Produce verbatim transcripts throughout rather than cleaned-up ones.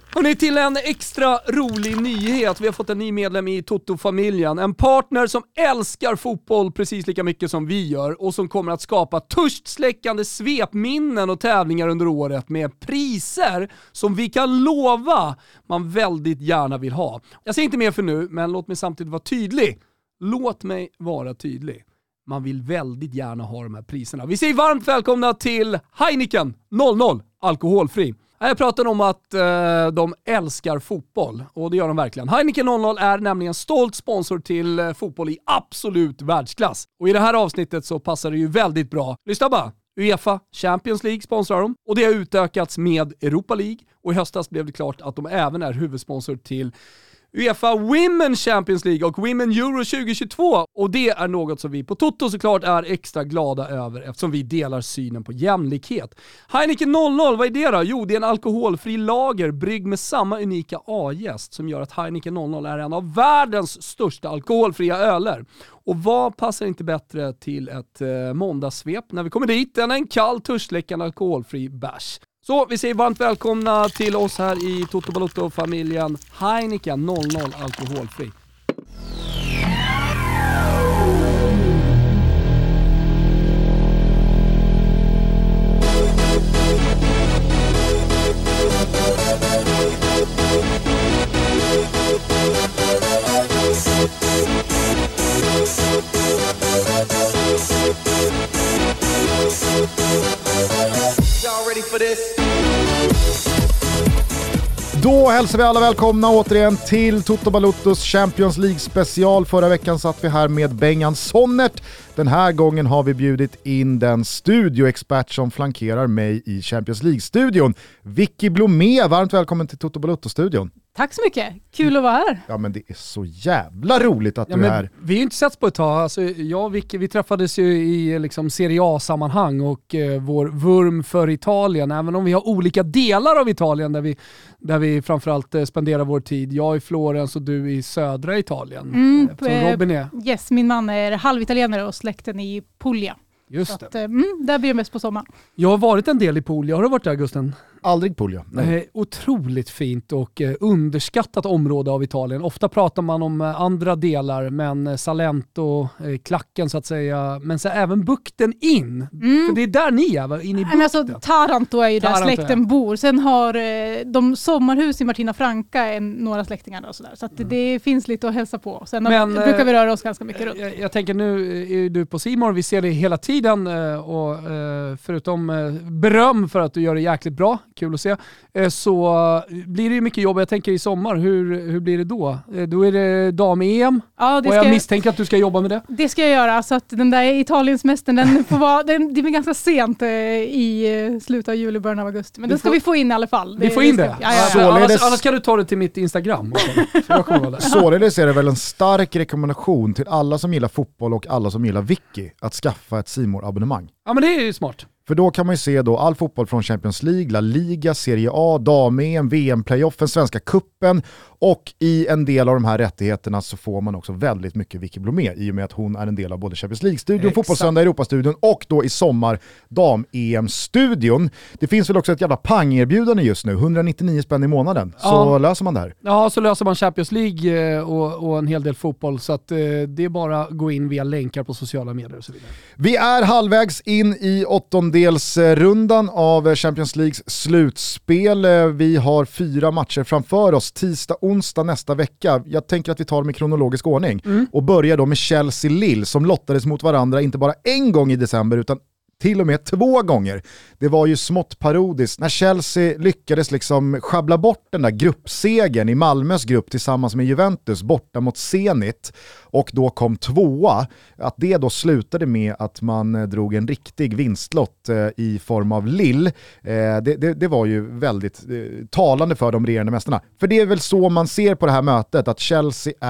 Hörrni, till en extra rolig nyhet. Vi har fått en ny medlem i Toto-familjen. En partner som älskar fotboll precis lika mycket som vi gör och som kommer att skapa törstsläckande svepminnen och tävlingar under året med priser som vi kan lova man väldigt gärna vill ha. Jag säger inte mer för nu, men låt mig samtidigt vara tydlig. Låt mig vara tydlig. Man vill väldigt gärna ha de här priserna. Vi säger varmt välkomna till Heineken noll noll alkoholfri. Jag pratar om att eh, de älskar fotboll, och det gör de verkligen. Heineken noll noll är nämligen stolt sponsor till eh, fotboll i absolut världsklass. Och i det här avsnittet så passar det ju väldigt bra. Lyssna bara. UEFA Champions League sponsrar dem, och det har utökats med Europa League. Och i höstas blev det klart att de även är huvudsponsor till UEFA Women Champions League och Women Euro tjugo tjugotvå, och det är något som vi på Toto såklart är extra glada över eftersom vi delar synen på jämlikhet. Heineken noll noll, vad är det då? Jo, det är en alkoholfri lager brygg med samma unika A-jäst som gör att Heineken noll noll är en av världens största alkoholfria öler. Och vad passar inte bättre till ett eh, måndagssvep när vi kommer dit än en kall, törstsläckande alkoholfri bärs? Så vi säger varmt välkomna till oss här i Toto Balotto-familjen. Heineken noll noll alkoholfri. Då hälsar vi alla välkomna återigen till Toto Balottos Champions League special. Förra veckan satt vi här med Bengan Sonnert. Den här gången har vi bjudit in den studioexpert som flankerar mig i Champions League-studion. Vicky Blomé, varmt välkommen till Toto Balotto-studion. Tack så mycket, kul att vara här. Ja, men det är så jävla roligt att ja, du är här. Vi har ju inte setts på ett tag. Alltså, jag och Vicky, vi träffades ju i liksom, Serie A-sammanhang och eh, vår vurm för Italien, även om vi har olika delar av Italien där vi, där vi framförallt eh, spenderar vår tid. Jag i Florens och du i södra Italien. Mm, eh, Robin är. Yes, min man är halvitalienare och släkten i Puglia. Just så det. Att, mm, där blir det mest på sommaren. Jag har varit en del i Puglia. Har du varit där, Gusten? Aldrig Puglia. Eh, otroligt fint och eh, underskattat område av Italien. Ofta pratar man om eh, andra delar, men eh, Salento, eh, klacken så att säga, men så även bukten in. Mm. För det är där ni är, va? In i bukten. Alltså, Taranto är ju Taranto, där släkten ja. bor. Sen har eh, de sommarhus i Martina Franca en, några släktingar och sådär. Så att mm. det finns lite att hälsa på. Sen men, har, brukar vi röra oss ganska mycket runt. Jag, jag tänker nu är du på C More, vi ser det hela tiden eh, och eh, förutom eh, beröm för att du gör det jäkligt bra, kul att se, så blir det ju mycket jobb. Jag tänker i sommar, hur, hur blir det då? Då är det dam-E M, ja, det och jag ska, misstänker att du ska jobba med det. Det ska jag göra, så att den där Italiensmästern, den får vara, den, det blir ganska sent eh, i slutet av juli, början av augusti. Men det ska får, vi få in i alla fall. Vi det, får in det? Ja, ja, ja. Annars, annars kan du ta det till mitt Instagram. Således är det väl en stark rekommendation till alla som gillar fotboll och alla som gillar Vicky att skaffa ett C More-abonnemang. Ja, men det är ju smart. För då kan man ju se då all fotboll från Champions League, La Liga, Serie A, dam-E M, V M-playoffen, Svenska kuppen, och i en del av de här rättigheterna så får man också väldigt mycket Vicky Blomé i och med att hon är en del av både Champions League-studion, Fotbollssöndag, Europa-studion och då i sommar dam-E M-studion. Det finns väl också ett jävla pangerbjudande just nu, etthundranittionio spänn i månaden, så ja. löser man det här. Ja, så löser man Champions League och, och en hel del fotboll, så att eh, det är bara att gå in via länkar på sociala medier och så vidare. Vi är halvvägs in i åttondelsrundan av Champions Leagues slutspel. Vi har fyra matcher framför oss, tisdag, onsdag nästa vecka. Jag tänker att vi tar dem i kronologisk ordning mm. och börjar då med Chelsea-Lille som lottades mot varandra inte bara en gång i december utan till och med två gånger. Det var ju smått parodiskt när Chelsea lyckades liksom schabbla bort den där gruppsegern i Malmös grupp tillsammans med Juventus borta mot Zenit och då kom tvåa. Att det då slutade med att man drog en riktig vinstlott eh, i form av Lille. Eh, det, det, det var ju väldigt eh, talande för de regerande mästarna. För det är väl så man ser på det här mötet, att Chelsea är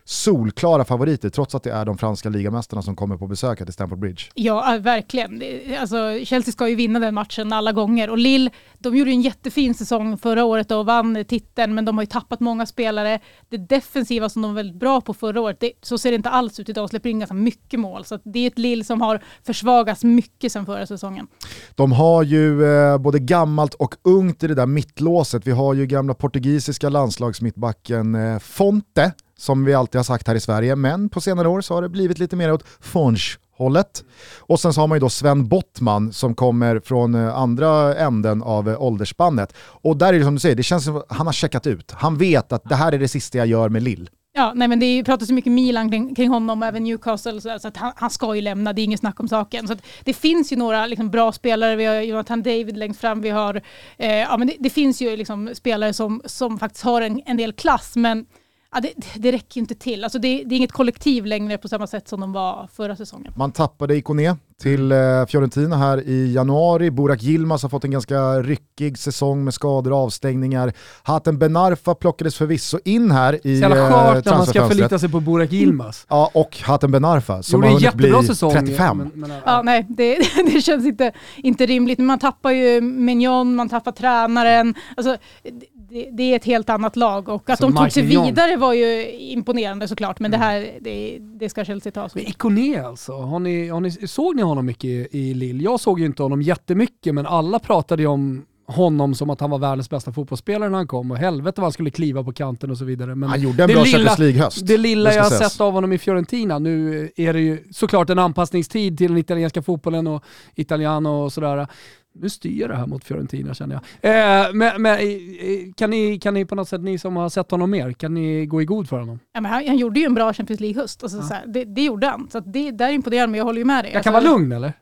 solklara favoriter trots att det är de franska ligamästarna som kommer på besök till Stamford Bridge. Ja, verkligen. Alltså, Chelsea ska ju vinna den matchen alla gånger. Och Lille, de gjorde en jättefin säsong förra året och vann titeln, men de har ju tappat många spelare. Det defensiva som de var väldigt bra på förra året, det, så ser det inte alls ut idag. De släpper in ganska mycket mål. Så att det är ett Lille som har försvagats mycket sedan förra säsongen. De har ju eh, både gammalt och ungt i det där mittlåset. Vi har ju gamla portugisiska landslagsmittbacken eh, Fonte, som vi alltid har sagt här i Sverige, men på senare år så har det blivit lite mer åt Fonge-hållet. Och sen så har man ju då Sven Bottman som kommer från andra änden av åldersspannet. Och där är det som du säger, det känns som att han har checkat ut. Han vet att det här är det sista jag gör med Lille. Ja, nej, men det pratas så mycket Milan kring, kring honom, även Newcastle, så, så att han, han ska ju lämna, det är ingen snack om saken. Så att det finns ju några liksom, bra spelare, vi har Jonathan David längst fram, vi har, eh, ja, men det, det finns ju liksom, spelare som, som faktiskt har en, en del klass, men ja, det, det räcker ju inte till. Alltså det, det är inget kollektiv längre på samma sätt som de var förra säsongen. Man tappade Ikoné till eh, Fiorentina här i januari. Burak Yilmaz har fått en ganska ryckig säsong med skador och avstängningar. Hatem Ben Arfa plockades förvisso in här i transferfönstret. Så jävla skönt när man ska förlita sig på Burak Yilmaz. Ja, och Hatem Ben Arfa som jo, har hunnit bli säsong, trettiofem. Men, men, ja. Ja, nej, det, det känns inte, inte rimligt. Men man tappar ju Mignon, man tappar tränaren. Alltså, det, det är ett helt annat lag. Och att alltså, de tog sig Mignon. vidare var ju imponerande såklart. Men mm. det här, det, det ska Chelsea ta. Men Ikoné alltså, har ni, har ni, såg ni honom mycket i, i Lille? Jag såg ju inte honom jättemycket, men alla pratade ju om honom som att han var världens bästa fotbollsspelare när han kom, och helvete vad han skulle kliva på kanten och så vidare. Men han gjorde en bra Champions League-höst. Det lilla det jag har sett av honom i Fiorentina, nu är det ju såklart en anpassningstid till den italienska fotbollen och Italiano och sådär. Nu styr det här mot Fiorentina känner jag. Eh, men, men, kan, ni, kan ni på något sätt, ni som har sett honom mer, kan ni gå i god för honom? Ja, men han, han gjorde ju en bra Champions League-höst. Alltså, ja. så här, det, det gjorde han. Så att det där är imponerande, men jag håller ju med dig. Jag kan alltså, vara lugn eller?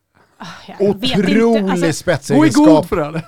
Otrolig alltså, spetsegenskap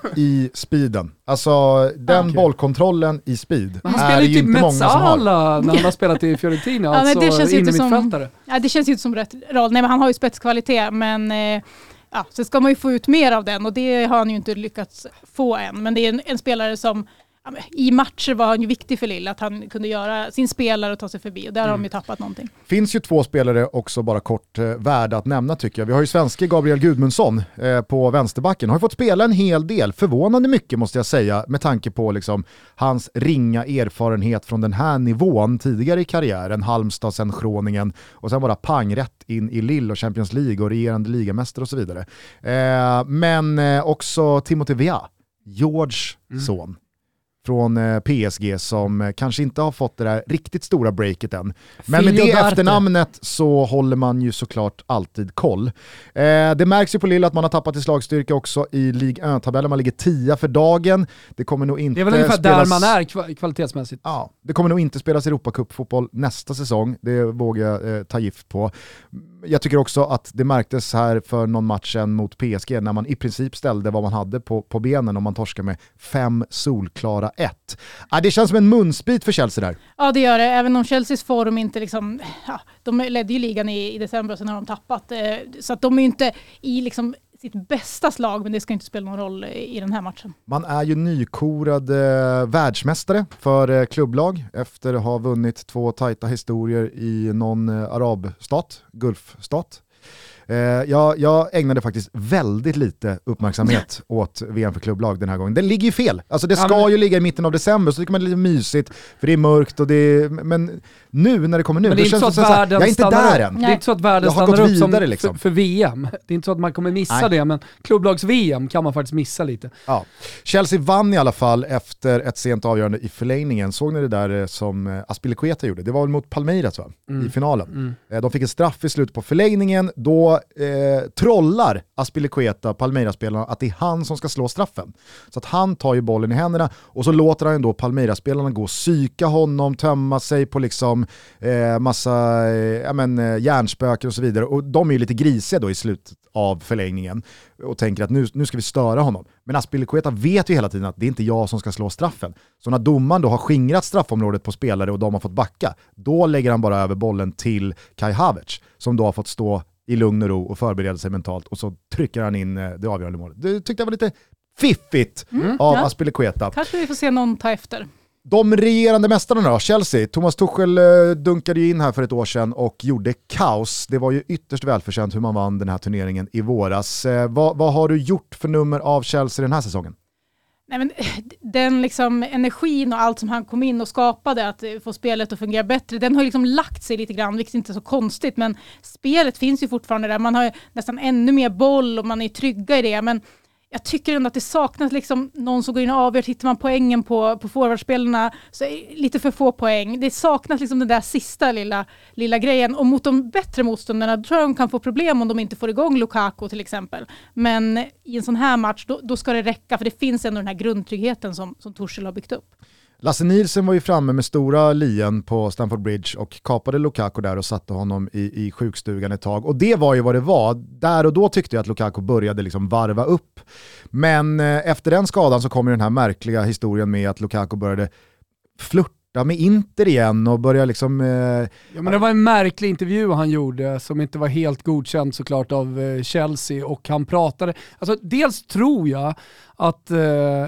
i speeden. Alltså den okay. bollkontrollen i speed är ju typ inte många som har. När han har spelat i Fiorentina, ja, alltså det känns inte som, ja, det känns ju inte som rätt roll. Nej, men han har ju spetskvalitet, men eh, ja, så ska man ju få ut mer av den, och det har han ju inte lyckats få än. Men det är en, en spelare som i matcher var han ju viktig för Lille, att han kunde göra sin spelare och ta sig förbi, och där mm. har de ju tappat någonting. Finns ju två spelare också bara kort eh, värda att nämna tycker jag. Vi har ju svenske Gabriel Gudmundsson eh, på vänsterbacken. Har ju fått spela en hel del, förvånande mycket måste jag säga, med tanke på liksom, hans ringa erfarenhet från den här nivån tidigare i karriären, Halmstad, sen Groningen, och sen bara pang rätt in i Lille och Champions League och regerande ligamästare och så vidare. Eh, men eh, också Timothy Weah, George mm. son. Från P S G som kanske inte har fått det där riktigt stora breaket än. Men med det efternamnet så håller man ju såklart alltid koll. Eh, det märks ju på Lille att man har tappat i slagstyrka också i Ligue ett-tabellen. Man ligger tia för dagen. Det kommer nog inte det är väl ungefär spelas... där man är kva- kvalitetsmässigt. Ja, det kommer nog inte spelas Europacup-fotboll nästa säsong. Det vågar jag eh, ta gift på. Jag tycker också att det märktes här för någon matchen mot P S G när man i princip ställde vad man hade på, på benen och man torskar med fem solklara ett. Ja, det känns som en munsbit för Chelsea där. Ja, det gör det. Även om Chelseas form inte liksom... Ja, de ledde ju ligan i, i december och sen har de tappat. Så att de är ju inte i liksom sitt bästa slag, men det ska inte spela någon roll i den här matchen. Man är ju nykorad eh, världsmästare för eh, klubblag efter att ha vunnit två tajta historier i någon eh, arabstat, gulfstat. Eh, jag, jag ägnade faktiskt väldigt lite uppmärksamhet åt V M för klubblag den här gången. Det ligger ju fel. Alltså det ska ja, men... ju ligga i mitten av december, så tycker man det är lite mysigt för det är mörkt och det är, men nu när det kommer nu, men det är inte så att världen jag är inte där än. Det är inte så att världen stannar upp som liksom. för, för V M. Det är inte så att man kommer missa Nej. det, men klubblags-V M kan man faktiskt missa lite. Ja. Chelsea vann i alla fall efter ett sent avgörande i förlängningen. Såg ni det där som Azpilicueta gjorde? Det var väl mot Palmeiras va? Mm. I finalen. Mm. De fick en straff i slutet på förlängningen. Då eh, trollar Azpilicueta Palmeiras-spelarna att det är han som ska slå straffen. Så att han tar ju bollen i händerna och så låter han då Palmeiras-spelarna gå och psyka honom, tömma sig på liksom eh, massa eh, ja, men, eh, hjärnspöken och så vidare. Och de är ju lite grisiga då i slutet av förlängningen och tänker att nu, nu ska vi störa honom. Men Azpilicueta vet ju hela tiden att det är inte jag som ska slå straffen. Så när domaren då har skingrat straffområdet på spelare och de har fått backa, då lägger han bara över bollen till Kai Havertz som då har fått stå i lugn och ro och förbereda sig mentalt, och så trycker han in det avgörande målet. Det tyckte jag var lite fiffigt mm, av ja. Azpilicueta. Kanske vi får se någon ta efter. De regerande mästarna då, Chelsea. Thomas Tuchel eh, dunkade ju in här för ett år sedan och gjorde kaos. Det var ju ytterst välförtjänt hur man vann den här turneringen i våras. Eh, vad, vad har du gjort för nummer av Chelsea den här säsongen? Nej, men den liksom energin och allt som han kom in och skapade att få spelet att fungera bättre, den har liksom lagt sig lite grann, vilket inte är så konstigt, men spelet finns ju fortfarande där. Man har nästan ännu mer boll och man är trygga i det, men jag tycker ändå att det saknas liksom någon som går in och avgör. Hittar man poängen på, på forwardspelarna så är lite för få poäng. Det saknas liksom den där sista lilla, lilla grejen. Och mot de bättre motståndarna tror jag de kan få problem om de inte får igång Lukaku till exempel. Men i en sån här match då, då ska det räcka, för det finns ändå den här grundtryggheten som, som Tuchel har byggt upp. Lasse Nielsen var ju framme med stora lien på Stamford Bridge och kapade Lukaku där och satte honom i, i sjukstugan ett tag. Och det var ju vad det var. Där och då tyckte jag att Lukaku började liksom varva upp. Men eh, efter den skadan så kommer den här märkliga historien med att Lukaku började flirta med Inter igen och började liksom... Eh, ja, men det var en märklig intervju han gjorde som inte var helt godkänd såklart av eh, Chelsea, och han pratade... Alltså dels tror jag att eh,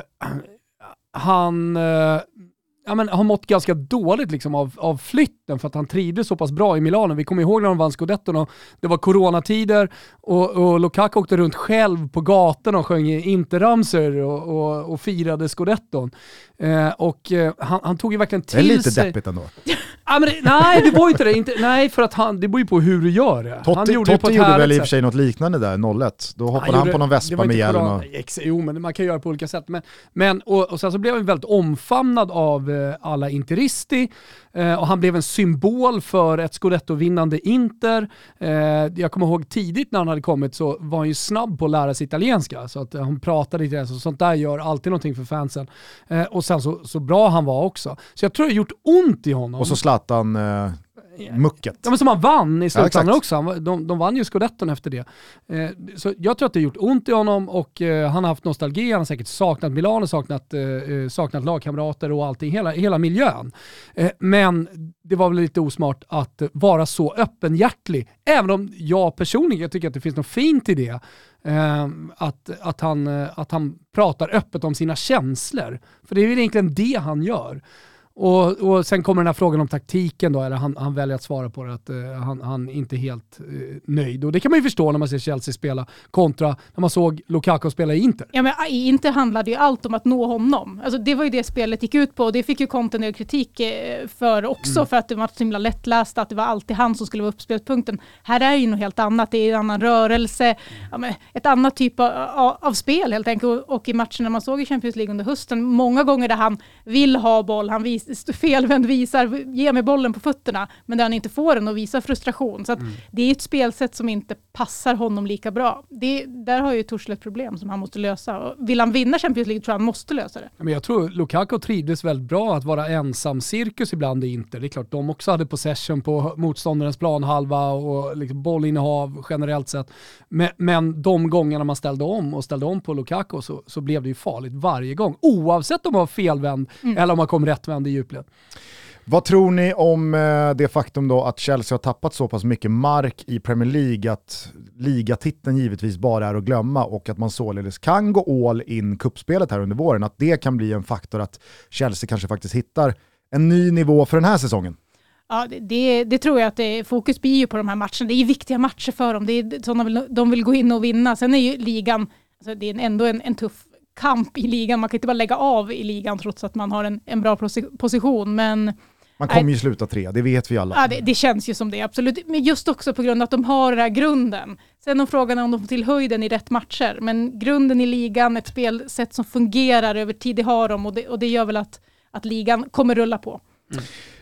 han... Eh, Ja, men har mått ganska dåligt liksom av, av flytten, för att han trivdes så pass bra i Milano. Vi kommer ihåg när de vann Scudetton och det var coronatider och, och Lukaku åkte runt själv på gatan och sjöng interramser och, och, och firade Scudetton. Eh, och eh, han, han tog ju verkligen till sig... Det är lite sig. Deppigt ändå. Ja, men det, nej, det var ju inte det. Inte, nej, för att han, det beror ju på hur du gör det. Totti, han gjorde, Totti gjorde väl i och för sig något liknande där, noll ett. Då hoppade han, han på någon vespa med hjälm. Och... Jo, men man kan göra på olika sätt. Men, men, och, och sen så blev han väldigt omfamnad av eh, alla interisti. Eh, och han blev en symbol för ett Scudetto-vinnande Inter. Eh, jag kommer ihåg tidigt när han hade kommit så var han ju snabb på att lära sig italienska. Så att han pratade lite, så sånt där gör alltid någonting för fansen. Eh, och sen så, så bra han var också. Så jag tror det har gjort ont i honom. Och så Zlatan eh, mucket. Ja, men som han vann i slutändan ja, också. De, de vann ju Scudetton efter det. Eh, så jag tror att det har gjort ont i honom, och eh, han har haft nostalgi. Han har säkert saknat Milano, saknat, eh, saknat lagkamrater och allting, hela, hela miljön. Eh, men det var väl lite osmart att vara så öppenhjärtlig. Även om jag personligen tycker att det finns något fint i det. Eh, att, att, han, att han pratar öppet om sina känslor. För det är väl egentligen det han gör. Och, och sen kommer den här frågan om taktiken då, eller han, han väljer att svara på det, att uh, han, han inte är helt uh, nöjd. Och det kan man ju förstå när man ser Chelsea spela kontra när man såg Lukaku spela i Inter. Ja, men i Inter handlade ju allt om att nå honom. Alltså det var ju det spelet gick ut på, och det fick ju Conte kritik för också, mm. för att det var så himla lättläst, att det var alltid han som skulle vara uppspelspunkten. Här är ju något helt annat, det är en annan rörelse, ja, men ett annat typ av, av, av spel helt enkelt. Och, och i matchen när man såg i Champions League under hösten, många gånger där han vill ha boll, han vis felvänd visar, ge mig bollen på fötterna, men där han inte får den och visar frustration. Så att mm. det är ett spelsätt som inte passar honom lika bra. Det, där har ju Tuchel ett problem som han måste lösa. Och vill han vinna Champions League tror jag han måste lösa det. Men jag tror Lukaku trivdes väldigt bra att vara ensam cirkus ibland i Inter. Det är klart, de också hade possession på motståndarens planhalva och liksom bollinnehav generellt sett. Men, men de gångerna man ställde om och ställde om på Lukaku så, så blev det ju farligt varje gång. Oavsett om man var felvänd mm. eller om man kom rättvänd i djupled. Vad tror ni om det faktum då att Chelsea har tappat så pass mycket mark i Premier League att ligatiteln givetvis bara är att glömma, och att man således kan gå all in kuppspelet här under våren, att det kan bli en faktor att Chelsea kanske faktiskt hittar en ny nivå för den här säsongen? Ja, det, det, det tror jag att det, fokus blir ju på de här matcherna. Det är ju viktiga matcher för dem. Det är sådana vill, de vill gå in och vinna. Sen är ju ligan, alltså det är ändå en, en tuff kamp i ligan. Man kan inte bara lägga av i ligan trots att man har en, en bra position. Men man kommer ju sluta tre, det vet vi alla. Ja, det, det känns ju som det, absolut. Men just också på grund av att de har den här grunden. Sen om frågan är om de får till höjden i rätt matcher. Men grunden i ligan, ett spelsätt som fungerar över tid, det har de. Och det, och det gör väl att, att ligan kommer rulla på. Mm.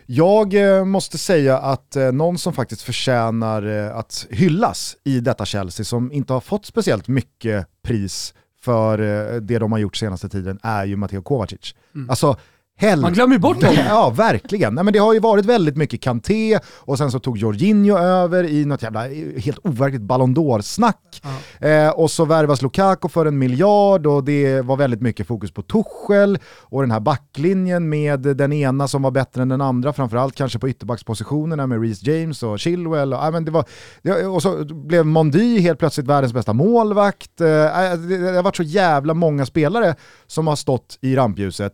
Jag eh, måste säga att eh, någon som faktiskt förtjänar eh, att hyllas i detta Chelsea, som inte har fått speciellt mycket pris för eh, det de har gjort senaste tiden, är ju Mateo Kovacic. Mm. Alltså, Hell. Man glömmer bort det. Ja, verkligen. Nej, men det har ju varit väldigt mycket Kanté, och sen så tog Jorginho över i något jävla helt overkligt Ballon d'Or-snack. Ja. Eh, och så värvas Lukaku för en miljard, och det var väldigt mycket fokus på Tuchel och den här backlinjen med den ena som var bättre än den andra, framförallt kanske på ytterbackspositionerna med Reece James och Chilwell. Och, äh, men det var, det, och så blev Mondy helt plötsligt världens bästa målvakt. Eh, det, det har varit så jävla många spelare som har stått i rampljuset.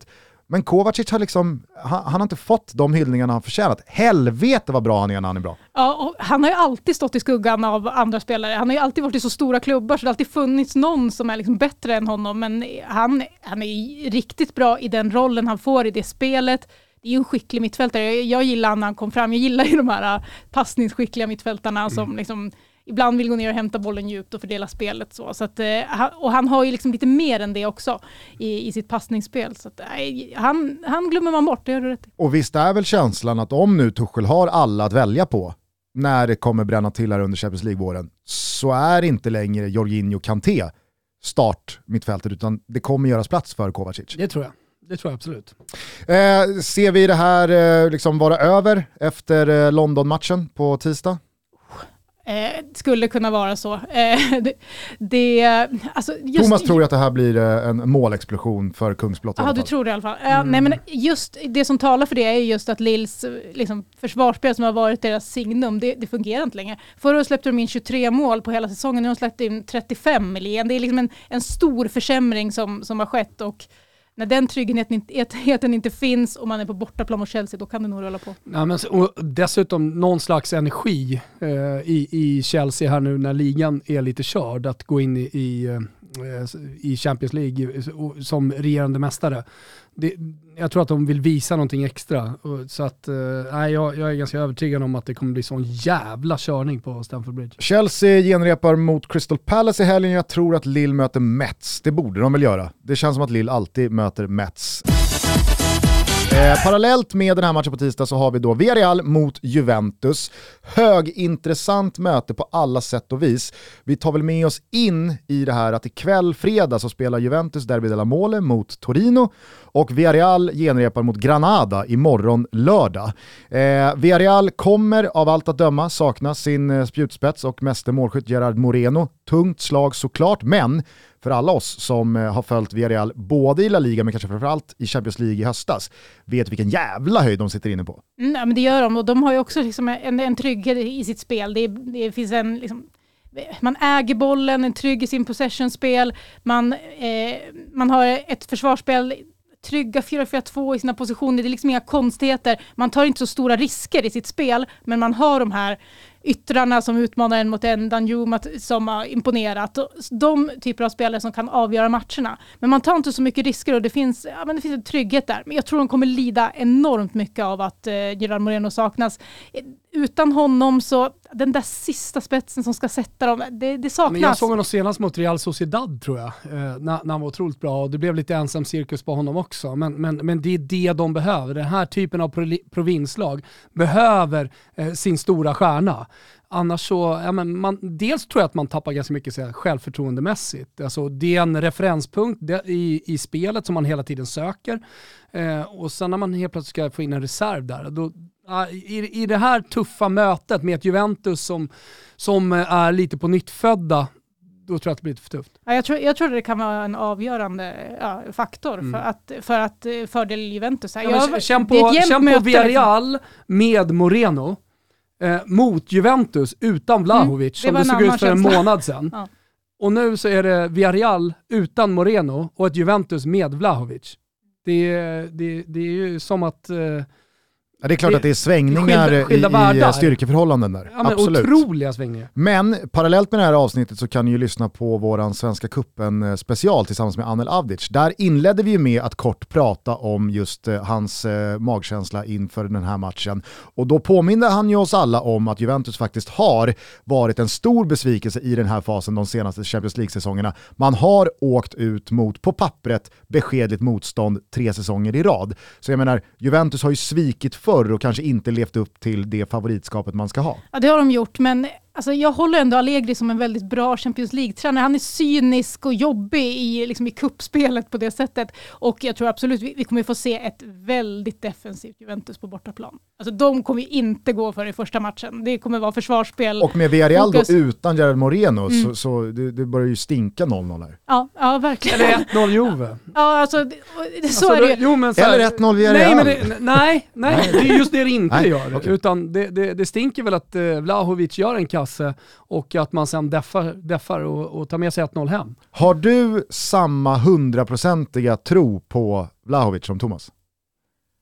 Men Kovacic har liksom, han, han har inte fått de hyllningarna han förtjänat. Helvete vad bra han är när han är bra. Ja, och han har ju alltid stått i skuggan av andra spelare. Han har ju alltid varit i så stora klubbar så det har alltid funnits någon som är liksom bättre än honom. Men han, han är riktigt bra i den rollen han får i det spelet. Det är ju en skicklig mittfältare. Jag, jag gillar när han kom fram. Jag gillar ju de här passningsskickliga mittfältarna mm. som liksom ibland vill gå ner och hämta bollen djupt och fördela spelet. Så. Så att, och han har ju liksom lite mer än det också i, i sitt passningsspel. Så att, han, han glömmer man bort, det gör du rätt i. Och visst är väl känslan att om nu Tuchel har alla att välja på när det kommer bränna till här under Champions League-våren, så är inte längre Jorginho Kanté start mittfältet, utan det kommer göras plats för Kovacic. Det tror jag. Det tror jag absolut. Eh, ser vi det här eh, liksom vara över efter eh, London-matchen på tisdag? Eh, skulle kunna vara så. Eh, det, det, alltså just, Thomas tror att det här blir eh, en målexplosion för Kungsblott. Ja, du tror det i alla fall. Eh, mm. Nej, men just det som talar för det är just att Lills liksom, försvarsspel som har varit deras signum, det, det fungerar inte längre. Förra året släppte de in tjugotre mål på hela säsongen, nu har de släppt in trettiofem igen. Det är liksom en, en stor försämring som, som har skett, och när den tryggheten inte finns och man är på bortaplan mot Chelsea, då kan det nog rulla på. Ja, men, och dessutom någon slags energi eh, i, i Chelsea här nu när ligan är lite körd, att gå in i, i, i Champions League som regerande mästare. Det, jag tror att de vill visa någonting extra. Så att, eh, jag, jag är ganska övertygad om att det kommer bli sån jävla körning på Stamford Bridge. Chelsea genrepar mot Crystal Palace i helgen. Jag tror att Lille möter Mets. Det borde de väl göra. Det känns som att Lille alltid möter Mets. Eh, parallellt med den här matchen på tisdag så har vi då Villarreal mot Juventus. Högintressant möte på alla sätt och vis. Vi tar väl med oss in i det här att ikväll fredag så spelar Juventus Derby della Mole mot Torino och Villarreal genrepar mot Granada imorgon lördag. Eh, Villarreal kommer av allt att döma sakna sin eh, spjutspets och mästermålskytt Gerard Moreno. Tungt slag såklart, men för alla oss som eh, har följt Villarreal både i La Liga men kanske framförallt i Champions League i höstas vet vilken jävla höjd de sitter inne på. Mm, ja, men det gör de, och de har ju också liksom en, en trygghet i sitt spel. Det, det finns en liksom, man äger bollen, en trygg i sin possession-spel, man, eh, man har ett försvarsspel, trygga fyra fyra två i sina positioner, det är liksom inga konstigheter, man tar inte så stora risker i sitt spel, men man har de här yttrarna som utmanar en mot en, Danjuma som har imponerat. De typer av spelare som kan avgöra matcherna. Men man tar inte så mycket risker och det finns, ja, men det finns en trygghet där. Men jag tror de kommer lida enormt mycket av att eh, Gerard Moreno saknas. Utan honom så, den där sista spetsen som ska sätta dem, det, det saknas. Men jag såg honom senast mot Real Sociedad tror jag, eh, när, när han var otroligt bra. Och det blev lite ensam cirkus på honom också. Men, men, men det är det de behöver. Den här typen av pro- provinslag behöver eh, sin stora stjärna. Annars så, ja, men man, dels tror jag att man tappar ganska mycket så här, självförtroendemässigt. Alltså, det är en referenspunkt det, i, i spelet som man hela tiden söker. Eh, och sen när man helt plötsligt ska få in en reserv där, då, uh, i, i det här tuffa mötet med ett Juventus som, som är lite på nyttfödda, då tror jag att det blir lite för tufft. Ja, jag, tror, jag tror det kan vara en avgörande ja, faktor mm. för att, för att fördel Juventus. Ja, jag, känn på, känn på Villarreal med Moreno Eh, mot Juventus utan Vlahovic mm, som det såg ut för en känsla. månad sedan. Ja. Och nu så är det Villarreal utan Moreno och ett Juventus med Vlahovic. Det, det, det är ju som att... Eh, ja, det är klart det, att det är svängningar skilda, skilda i, i styrkeförhållanden där. Ja, men absolut. Otroliga svängningar. Men parallellt med det här avsnittet så kan ni ju lyssna på våran Svenska Cupen special tillsammans med Anel Avdic. Där inledde vi ju med att kort prata om just eh, hans eh, magkänsla inför den här matchen. Och då påminner han ju oss alla om att Juventus faktiskt har varit en stor besvikelse i den här fasen de senaste Champions League-säsongerna. Man har åkt ut mot, på pappret, beskedligt motstånd tre säsonger i rad. Så jag menar, Juventus har ju svikit för och kanske inte levt upp till det favoritskapet man ska ha. Ja, det har de gjort, men alltså, jag håller ändå Allegri som en väldigt bra Champions League-tränare. Han är cynisk och jobbig i, liksom, i kuppspelet på det sättet. Och jag tror absolut vi, vi kommer få se ett väldigt defensivt Juventus på bortaplan. Alltså, de kommer inte gå för i första matchen. Det kommer vara försvarsspel. Och med Villarreal då utan Gerard Moreno mm. så, så det, det börjar ju stinka noll noll här. Ja, ja verkligen. Eller ett noll Juve. Ja, alltså det, så alltså, är det. Jo, men så här, eller ett noll Villarreal. Nej, men det, nej, nej, det är just det det inte nej, gör. okay. Utan det, det, det stinker väl att eh, Vlahovic gör en kasse och att man sen deffar, deffar och, och tar med sig ett noll hem. Har du samma hundraprocentiga tro på Vlahovic som Thomas?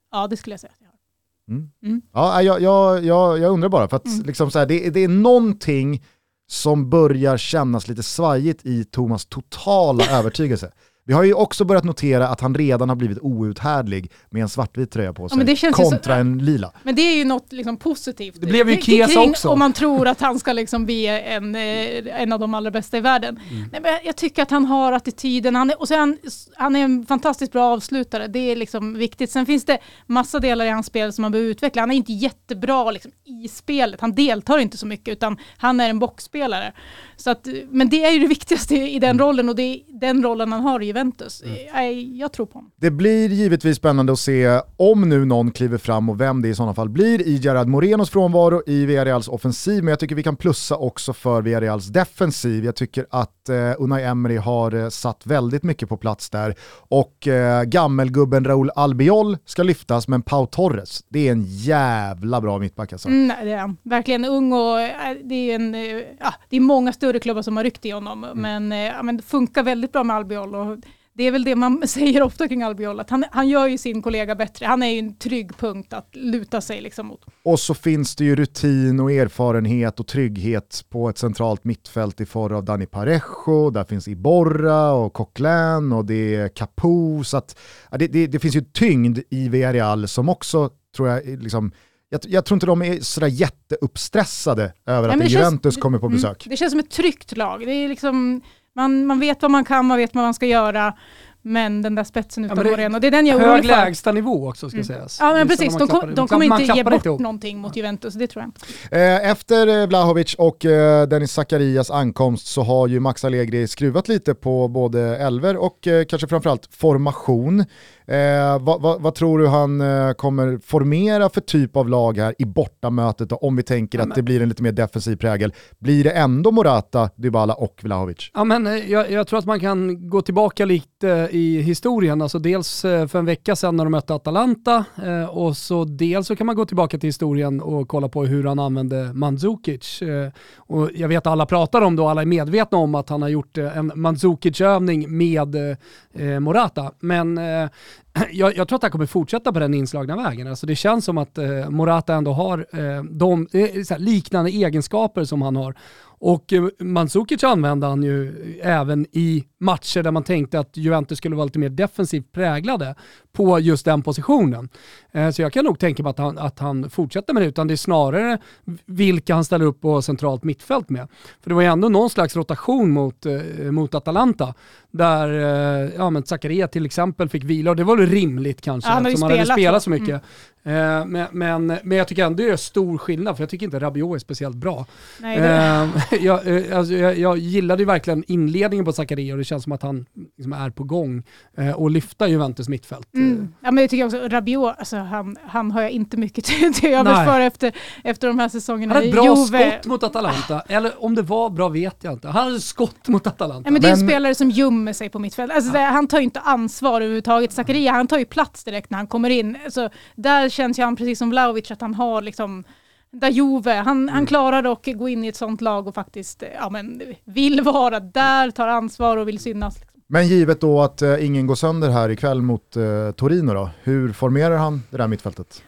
Ja, det skulle jag säga. Mm. Mm. Ja, jag, jag, jag, jag undrar bara, för att Mm. liksom så här, det, det är någonting som börjar kännas lite svajigt i Thomas totala övertygelse. Vi har ju också börjat notera att han redan har blivit outhärdlig med en svartvit tröja på sig, ja, men det känns kontra så, en lila. Men det är ju något liksom positivt. Det blev ju K- kring, Kesa också. Om man tror att han ska liksom bli en, eh, en av de allra bästa i världen. Mm. Nej, men jag tycker att han har attityden. Han är, och sen, han är en fantastiskt bra avslutare. Det är liksom viktigt. Sen finns det massa delar i hans spel som man behöver utveckla. Han är inte jättebra liksom, i spelet. Han deltar inte så mycket, utan han är en boxspelare. Så att, men det är ju det viktigaste i den rollen, och det är den rollen han har i Juventus. Mm. Jag, jag tror på honom. Det blir givetvis spännande att se om nu någon kliver fram och vem det i sådana fall blir i Gerard Morenos frånvaro i Villarreals offensiv, men jag tycker vi kan plussa också för Villarreals defensiv. Jag tycker att eh, Unai Emery har eh, satt väldigt mycket på plats där, och eh, gammelgubben Raúl Albiol ska lyftas, men Pau Torres, det är en jävla bra mittback alltså. Mm, det är han. Verkligen ung, och äh, det är en äh, ja, det är många större klubbar som har ryckt i honom, mm. men, äh, ja, men det funkar väldigt bra med Albiol, och det är väl det man säger ofta kring Albiol, att han, han gör ju sin kollega bättre. Han är ju en trygg punkt att luta sig liksom mot. Och så finns det ju rutin och erfarenhet och trygghet på ett centralt mittfält i form av Dani Parejo, där finns Iborra och Coquelin och det är Capu, så att ja, det, det, det finns ju tyngd i Villarreal som också, tror jag, liksom, jag, jag tror inte de är sådär jätteuppstressade över Nej, att Juventus känns, kommer på besök. Mm, det känns som ett tryggt lag. Det är liksom, man, man vet vad man kan, man vet vad man ska göra. Men den där spetsen utan ja, Moreno, det är den jag är orolig för. Hög lägsta nivå också ska mm. sägas. Ja, men precis. De, kom, de kommer inte ge bort inte någonting mot Juventus, det tror jag inte. Efter Vlahovic och Dennis Zacharias ankomst så har ju Max Allegri skruvat lite på både elver och kanske framförallt formation. Eh, vad, vad, vad tror du han eh, kommer formera för typ av lag här i bortamötet då, om vi tänker ja, att det blir en lite mer defensiv prägel? Blir det ändå Morata, Dybala och Vlahovic? Ja, men jag, jag tror att man kan gå tillbaka lite i historien. Alltså dels för en vecka sedan när de mötte Atalanta eh, och så dels så kan man gå tillbaka till historien och kolla på hur han använde Mandzukic. Eh, och jag vet att alla pratar om då, alla är medvetna om att han har gjort en Mandzukic-övning med eh, Morata. Men eh, Jag, jag tror att han kommer fortsätta på den inslagna vägen. Alltså det känns som att eh, Morata ändå har eh, de eh, så här, liknande egenskaper som han har. Och eh, Mandzukic använde han ju även i matcher där man tänkte att Juventus skulle vara lite mer defensivt präglade på just den positionen. Eh, så jag kan nog tänka mig att han, att han fortsätter med det, utan det är snarare vilka han ställer upp på centralt mittfält med. För det var ju ändå någon slags rotation mot, eh, mot Atalanta där eh, ja, men Zakaria till exempel fick vila, och det var väl rimligt kanske, ja, eftersom han hade spelat så mycket. Mm. Eh, men, men, men jag tycker ändå det är stor skillnad, för jag tycker inte Rabiot är speciellt bra. Nej, det... eh, jag, eh, alltså, jag, jag gillade ju verkligen inledningen på Zakaria, och det känns som att han liksom är på gång eh, och lyfta Juventus mittfält. Mm. Ja, men jag tycker också Rabiot, alltså, han, han har jag inte mycket till över för efter, efter de här säsongerna. Han hade ett bra Juve. skott mot Atalanta, eller om det var bra vet jag inte. Han hade ett skott mot Atalanta. Ja, men det är en men... spelare som gömmer sig på mittfält. Alltså, ja. Han tar ju inte ansvar överhuvudtaget. Zakaria, han tar ju plats direkt när han kommer in. Alltså, där känns ju han precis som Vlahovic att han har liksom där Juve, han, mm. han klarar dock att gå in i ett sånt lag och faktiskt ja, men, vill vara där, tar ansvar och vill synas. Liksom. Men givet då att uh, ingen går sönder här ikväll mot uh, Torino då, hur formerar han det där mittfältet?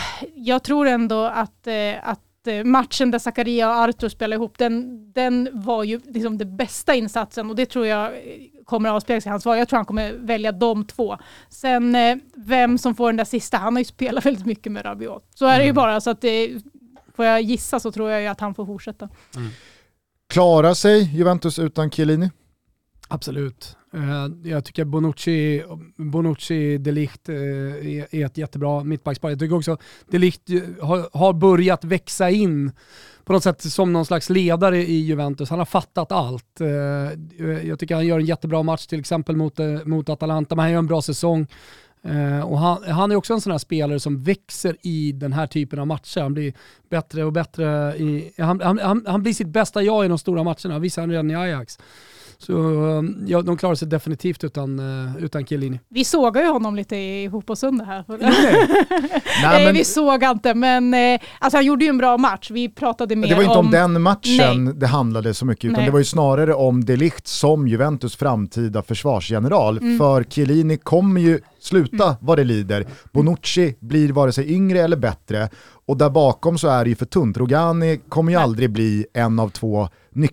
Jag tror ändå att, uh, att matchen där Zakaria och Arthur spelar ihop, den, den var ju liksom det bästa insatsen, och det tror jag kommer att avspegla sig i hans svar. Jag tror han kommer välja de två. Sen eh, vem som får den där sista, han har ju spelat väldigt mycket med Rabiot. Så är det mm. ju bara, så att det, får jag gissa så tror jag ju att han får fortsätta. Mm. Klarar sig Juventus utan Chiellini? Absolut. Jag tycker Bonucci, Bonucci De Ligt är ett jättebra mittbackspar. Jag tycker också De Ligt har börjat växa in på något sätt som någon slags ledare i Juventus. Han har fattat allt. Jag tycker han gör en jättebra match till exempel mot, mot Atalanta, men han gör en bra säsong. Och han, han är också en sån här spelare som växer i den här typen av matcher. Han blir bättre och bättre. I, han, han, han blir sitt bästa jag i de stora matcherna. Visar han redan i Ajax. Så ja, de klarar sig definitivt utan, uh, utan Chiellini. Vi såg ju honom lite i fotbollssunda här. Nej, Nej men... vi såg inte, men eh, alltså, han gjorde ju en bra match. Vi pratade mer om... Det var inte om, om den matchen Nej. det handlade så mycket, utan Nej. det var ju snarare om De Ligt som Juventus framtida försvarsgeneral. Mm. För Chiellini kommer ju Sluta mm. vad det lider. Bonucci blir vare sig yngre eller bättre. Och där bakom så är det ju för tunt. Rogani kommer ju Nej. aldrig bli en av två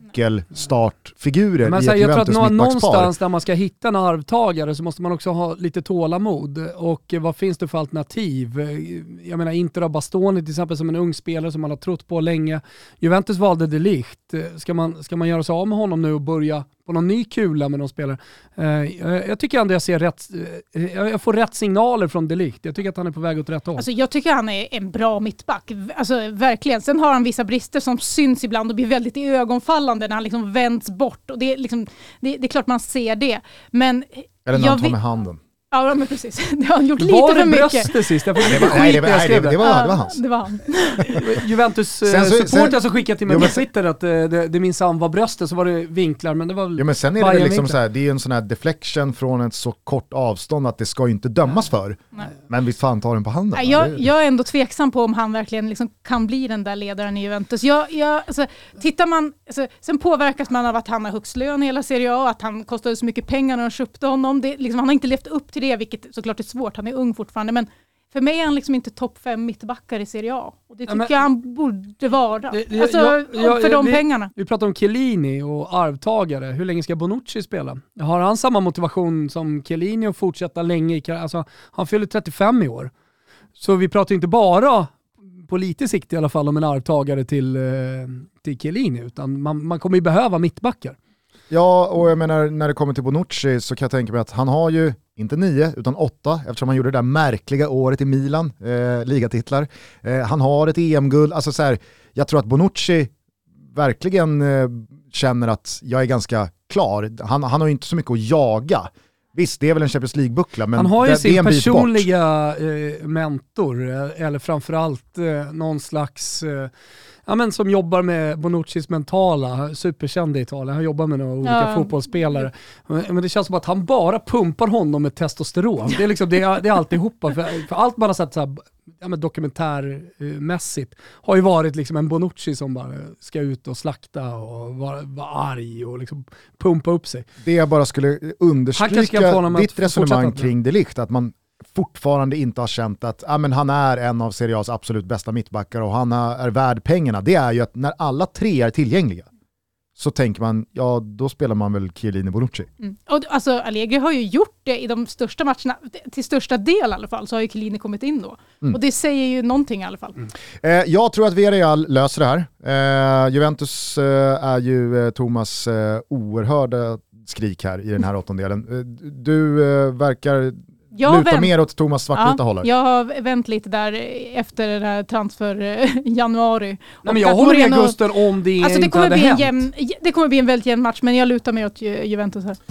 nyckelstartfigurer men i så här, ett jag tror att Juventus någonstans där man ska hitta en arvtagare så måste man också ha lite tålamod. Och vad finns det för alternativ? Jag menar, Inter har Bastoni till exempel som en ung spelare som man har trott på länge. Juventus valde De Ligt. Ska man, ska man göra sig av med honom nu och börja på någon ny kula med någon spelare? Uh, jag tycker ändå jag ser rätt, uh, jag får rätt signaler från De Ligt. Jag tycker att han är på väg åt rätt håll. Alltså, jag tycker han är en bra mittback. Alltså verkligen. Sen har han vissa brister som syns ibland och blir väldigt i ögonfallande när han liksom vänds bort. Och det är, liksom, det, det är klart man ser det. Men eller när han tar med handen. Ja, men precis. Det har han gjort var lite för mycket. Var det bröstet sist? Jag får det var, nej, det var, nej, det, det, var, ja, det var hans. Det var han. Juventus supportrar som skickade till mig på Twitter att det, det, det minsann var bröstet, så var det vinklar, men det var ja, men sen är det väl liksom så här, det är en sån här deflection från ett så kort avstånd att det ska ju inte dömas för. Nej. Men visst fan tar den på handen. Nej, jag, jag är ändå tveksam på om han verkligen liksom kan bli den där ledaren i Juventus. Jag, jag, alltså, tittar man, alltså, sen påverkas man av att han har högst lön i hela Serie A, att han kostade så mycket pengar när de köpte honom. Det, liksom, han har inte levt upp till det, vilket såklart är svårt. Han är ung fortfarande, men för mig är han liksom inte topp fem mittbackar i Serie A. Och det tycker ja, men, jag han borde vara. Det, det, alltså, jag, jag, för de vi, pengarna. Vi pratar om Chiellini och arvtagare. Hur länge ska Bonucci spela? Har han samma motivation som Chiellini att fortsätta länge? Alltså, han fyller trettiofem i år. Så vi pratar inte bara på lite sikt i alla fall om en arvtagare till, till Chiellini, utan man, man kommer ju behöva mittbackar. Ja, och jag menar, när det kommer till Bonucci så kan jag tänka mig att han har ju inte nio utan åtta, eftersom han gjorde det där märkliga året i Milan, eh, ligatitlar. Eh, han har ett E M-guld. Alltså så här, jag tror att Bonucci verkligen eh, känner att jag är ganska klar. Han, han har ju inte så mycket att jaga. Visst, det är väl en Champions League-buckla, men han har ju det, sin det är en personliga eh, mentor, eller framförallt eh, någon slags... Eh, ja, men som jobbar med Bonuccis mentala, superkänd i Italien. Han jobbar med några olika ja. fotbollsspelare. Men det känns som att han bara pumpar honom med testosteron. Det är liksom det är, det är alltihopa. För, för allt man har sett så här, ja, men dokumentärmässigt har ju varit liksom en Bonucci som bara ska ut och slakta och vara, vara arg och liksom pumpa upp sig. Det jag bara skulle understryka ditt resonemang kring De Ligt, att man fortfarande inte har känt att ah, men han är en av Serie A's absolut bästa mittbackar och han är värd pengarna. Det är ju att när alla tre är tillgängliga så tänker man, ja då spelar man väl Chiellini Bonucci. Mm. Och alltså Allegri har ju gjort det i de största matcherna, till största del i alla fall, så har ju Chiellini kommit in då. Mm. Och det säger ju någonting i alla fall. Mm. Eh, jag tror att Villarreal löser det här. Eh, Juventus eh, är ju eh, Thomas eh, oerhörda skrik här i den här åttondelen. Eh, du eh, verkar jag luta vänt... mer åt Thomas svartvita ja, håller. Jag har vänt lite där efter den här transfer i januari. Nej, men jag håller Moreno... med Gusten om det alltså, inte det kommer hade bli hänt. En jämn, det kommer bli en väldigt jämn match, men jag lutar mig åt Ju- Juventus här.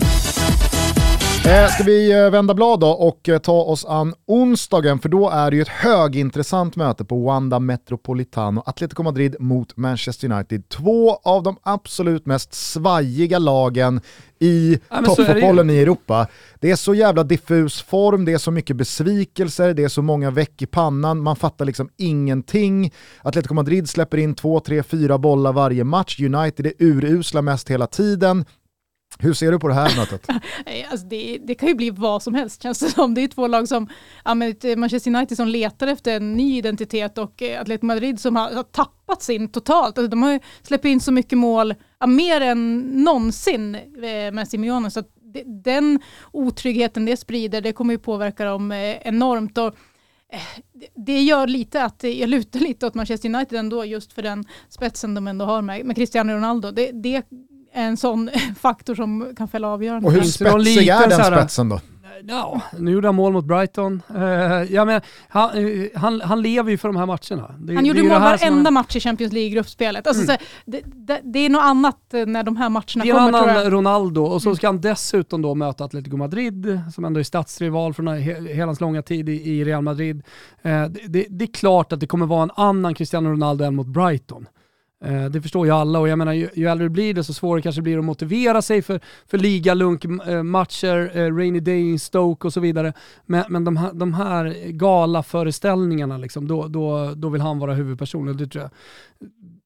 Eh, ska vi eh, vända blad då och eh, ta oss an onsdagen, för då är det ju ett högintressant möte på Wanda Metropolitano. Atletico Madrid mot Manchester United. Två av de absolut mest svajiga lagen i ja, toppfotbollen i Europa. Det är så jävla diffus form, det är så mycket besvikelser, det är så många veck i pannan, man fattar liksom ingenting. Atletico Madrid släpper in två, tre, fyra bollar varje match. United är urusla mest hela tiden. Hur ser du på det här mötet? alltså det, det kan ju bli vad som helst, känns det som. Det är två lag som, ja, Manchester United som letar efter en ny identitet och Atletico Madrid som har, har tappat sin totalt. Alltså de har ju släppt in så mycket mål, ja, mer än någonsin med Simeone. Så att det, den otryggheten det sprider, det kommer ju påverka dem enormt. Och det gör lite att jag lutar lite åt Manchester United ändå, just för den spetsen de ändå har med, med Cristiano Ronaldo. Det, det en sån faktor som kan fälla avgörande. Och hur spetsig är den spetsen då? Ja, nu gjorde han mål mot Brighton. Uh, ja, men, han, han, han lever ju för de här matcherna. Det, han gjorde mål varenda match i Champions League-gruppspelet. Alltså, mm. så, det, det, det är något annat när de här matcherna kommer. Det är en annan Ronaldo, och så ska mm. han dessutom då möta Atletico Madrid, som ändå är stadsrival från hela hans långa tid i, i Real Madrid. Uh, det, det är klart att det kommer vara en annan Cristiano Ronaldo än mot Brighton. Uh, det förstår ju alla, och jag menar ju, ju äldre det blir det, så svårare kanske blir det att motivera sig för, för liga-lunk-matcher, uh, Rainy Day in Stoke och så vidare. Men, men de här, de här gala föreställningarna liksom, då, då, då vill han vara huvudperson. Det tror jag.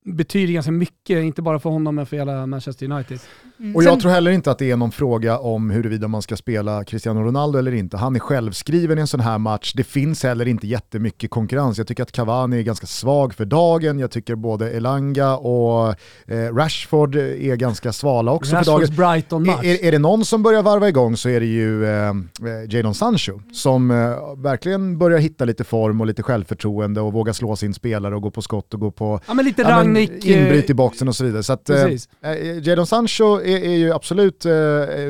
betyder ganska mycket, inte bara för honom men för hela Manchester United. Mm. Och jag Sen... tror heller inte att det är någon fråga om huruvida man ska spela Cristiano Ronaldo eller inte. Han är självskriven i en sån här match. Det finns heller inte jättemycket konkurrens. Jag tycker att Cavani är ganska svag för dagen. Jag tycker både Elanga och eh, Rashford är ganska svala också Rashfords för dagen. Brighton-match. Är, är det någon som börjar varva igång så är det ju eh, Jadon Sancho som eh, verkligen börjar hitta lite form och lite självförtroende och våga slå sin spelare och gå på skott och gå på ja, men lite ja, men, inbryt i eh, boxen och så vidare. Så att, eh, Jadon Sancho är, är ju absolut eh,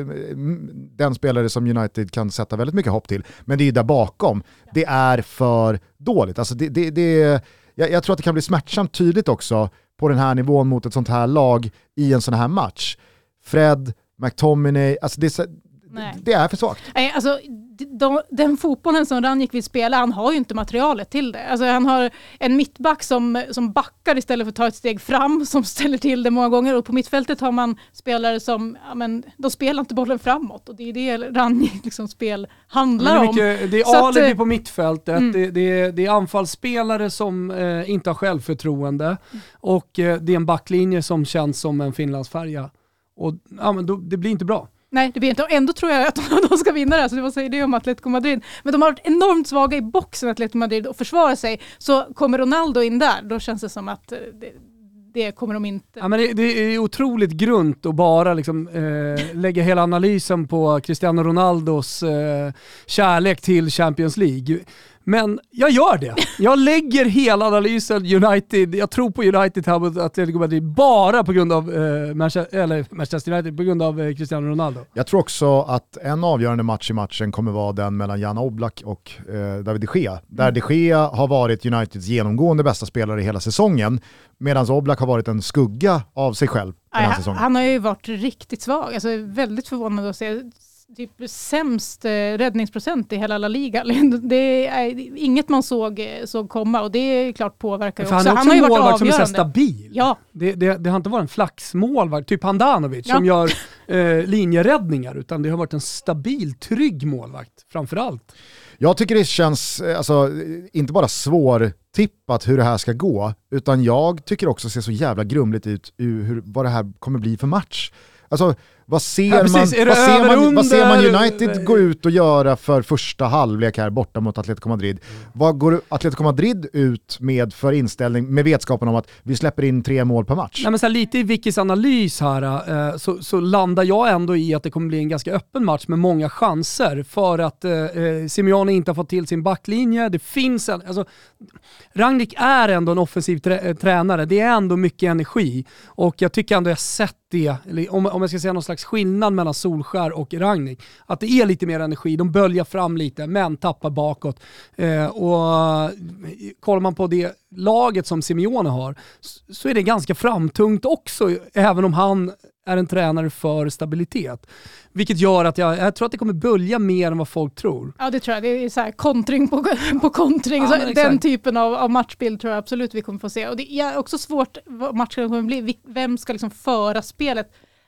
den spelare som United kan sätta väldigt mycket hopp till. Men det är där bakom. Det är för dåligt. Alltså det, det, det, jag, jag tror att det kan bli smärtsamt tydligt också på den här nivån mot ett sånt här lag i en sån här match. Fred, McTominay, alltså det, det är för svagt. Nej, alltså de, den fotbollen som Rangnick vill spela, han har ju inte materialet till det. Alltså han har en mittback som, som backar istället för att ta ett steg fram, som ställer till det många gånger, och på mittfältet har man spelare som, ja men, de spelar inte bollen framåt, och det är det Rangnick liksom spel handlar det är mycket, om. det är Så alibi att, på mittfältet, mm. det, det, är, det är anfallsspelare som eh, inte har självförtroende, mm. och eh, det är en backlinje som känns som en Finlandsfärja. Och ja, men då, det blir inte bra. Nej, det blir inte. Och ändå tror jag att de ska vinna det här. Så det var säger det om Atletico Madrid. Men de har varit enormt svaga i boxen, Atletico Madrid, och försvara sig. Så kommer Ronaldo in där, då känns det som att det, det kommer de inte. Ja, men det, det är otroligt grunt att bara liksom, eh, lägga hela analysen på Cristiano Ronaldos eh, kärlek till Champions League. Men jag gör det. Jag lägger hela analysen United, jag tror på United här mot Atletico Madrid bara på grund av eh, Manchester, eller Manchester United, på grund av eh, Cristiano Ronaldo. Jag tror också att en avgörande match i matchen kommer vara den mellan Jan Oblak och eh, David de Gea. Där de Gea har varit Uniteds genomgående bästa spelare hela säsongen, medan Oblak har varit en skugga av sig själv den här Nej, säsongen. Han har ju varit riktigt svag. Alltså väldigt förvånande att se. Typ sämst eh, räddningsprocent i hela La Liga. Det är inget man såg, såg komma, och det är klart påverkar ju också. Han, är också han har ju varit målvakt som är så avgörande. stabil. Ja. Det, det, det har inte varit en flaxmålvakt, typ Handanovic, ja. som gör eh, linjeräddningar, utan det har varit en stabil, trygg målvakt framförallt. Jag tycker det känns alltså, inte bara svårtippat hur det här ska gå, utan jag tycker också att det ser så jävla grumligt ut hur, vad det här kommer bli för match. Alltså, vad ser, ja, man, vad, ser man, vad ser man United gå ut och göra för första halvlek här borta mot Atletico Madrid? Mm. Vad går Atletico Madrid ut med för inställning, med vetskapen om att vi släpper in tre mål per match? Nej, men så här, lite i Vickys analys här eh, så, så landar jag ändå i att det kommer bli en ganska öppen match med många chanser, för att eh, Simeone inte har fått till sin backlinje. Det finns en, alltså, Rangnick är ändå en offensiv trä- tränare. Det är ändå mycket energi, och jag tycker ändå jag sett det, eller om, om jag ska säga någon slags skillnad mellan Solskär och Rangnick, att det är lite mer energi, de böljar fram lite men tappar bakåt, eh, och kollar man på det laget som Simeone har så, så är det ganska framtungt också, även om han är en tränare för stabilitet. Vilket gör att jag, jag tror att det kommer bölja mer än vad folk tror. Ja, det tror jag. Det är så här kontring på, på kontring. Ja, så den typen av, av matchbild tror jag absolut vi kommer få se. Och det är också svårt vad matchen kommer bli. Vem ska liksom föra spelet?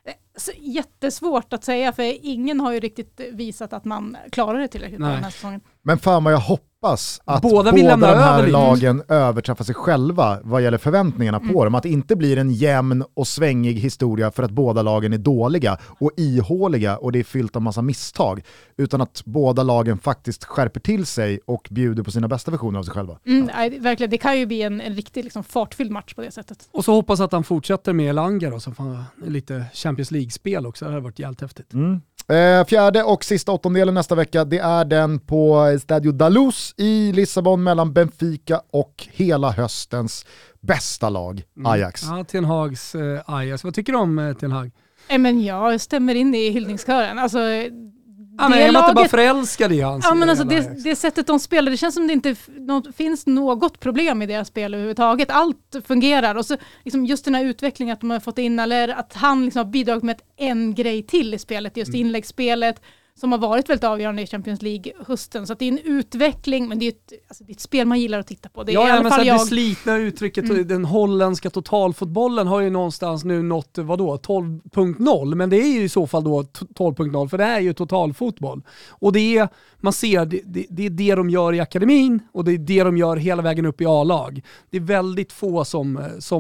Jättesvårt att säga, för ingen har ju riktigt visat att man klarar det tillräckligt bra den här säsongen. Men fan vad jag hoppas att båda, båda de här över lagen överträffar sig själva vad gäller förväntningarna mm. på dem. Att det inte blir en jämn och svängig historia för att båda lagen är dåliga och ihåliga och det är fyllt av massa misstag. Utan att båda lagen faktiskt skärper till sig och bjuder på sina bästa versioner av sig själva. Mm, nej, verkligen, det kan ju bli en, en riktigt liksom, fartfylld match på det sättet. Och så hoppas att han fortsätter med Elanga då, så får lite Champions League-spel också. Det har varit jävligt häftigt. Mm. Eh, fjärde och sista åttondelen nästa vecka, det är den på Stadio da Luz i Lissabon mellan Benfica och hela höstens bästa lag, Ajax. Mm. Ja, Ten Hags eh, Ajax. Vad tycker du om eh, Ten Hag? Eh, men jag stämmer in i hyllningskören. Alltså, ja, men jag är inte bara förälskad i hans. Ja, men alltså det, det sättet de spelar, det känns som det inte f- något, finns något problem i deras spel överhuvudtaget. Allt fungerar, och så liksom just den här utvecklingen att de har fått in, eller att han liksom har bidragit med ett, en grej till i spelet, just mm. inläggsspelet, som har varit väldigt avgörande i Champions League hösten. Så att det är en utveckling, men det är ett, alltså det är ett spel man gillar att titta på. Det är ja, i alla men fall så jag... det slitna uttrycket, mm. den holländska totalfotbollen har ju någonstans nu nått, vadå, tolv punkt noll, men det är ju i så fall då tolv punkt noll, för det är ju totalfotboll. Och det är, man ser, det, det, det är det de gör i akademin, och det är det de gör hela vägen upp i A-lag. Det är väldigt få som, som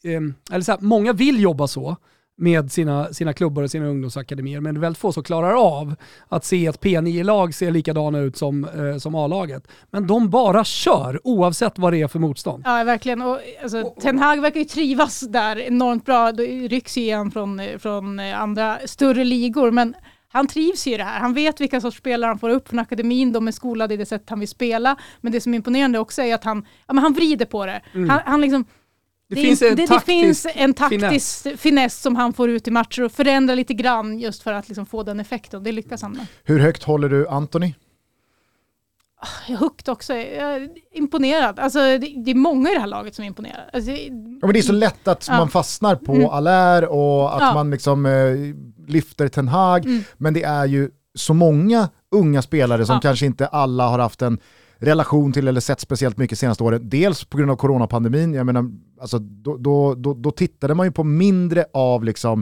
eh, eller så här, många vill jobba så med sina, sina klubbar och sina ungdomsakademier, men det är väldigt få som klarar av att se ett P nio-lag ser likadana ut som, eh, som A-laget. Men de bara kör, oavsett vad det är för motstånd. Ja, verkligen. Och, alltså, Ten Hag verkar ju trivas där enormt bra. Då rycks ju igen från, från andra större ligor, men han trivs ju i det här. Han vet vilka sorts spelare han får upp från akademin. De är skolade i det sätt han vill spela. Men det som är imponerande också är att han, ja, men han vrider på det. Mm. Han, han liksom Det, det, finns en det, det finns en taktisk finess. finess som han får ut i matcher och förändrar lite grann just för att liksom få den effekten. Det lyckas han med. Hur högt håller du Antoni? Jag är högt också. Jag är imponerad. Alltså, det, det är många i det här laget som är imponerade. Alltså, ja, men det är så lätt att ja. man fastnar på mm. Allaire och att ja. man liksom eh, lyfter Ten Hag. Mm. Men det är ju så många unga spelare som ja. kanske inte alla har haft en relation till eller sett speciellt mycket senaste åren. Dels på grund av coronapandemin. Jag menar, alltså, då, då, då, då tittade man ju på mindre av liksom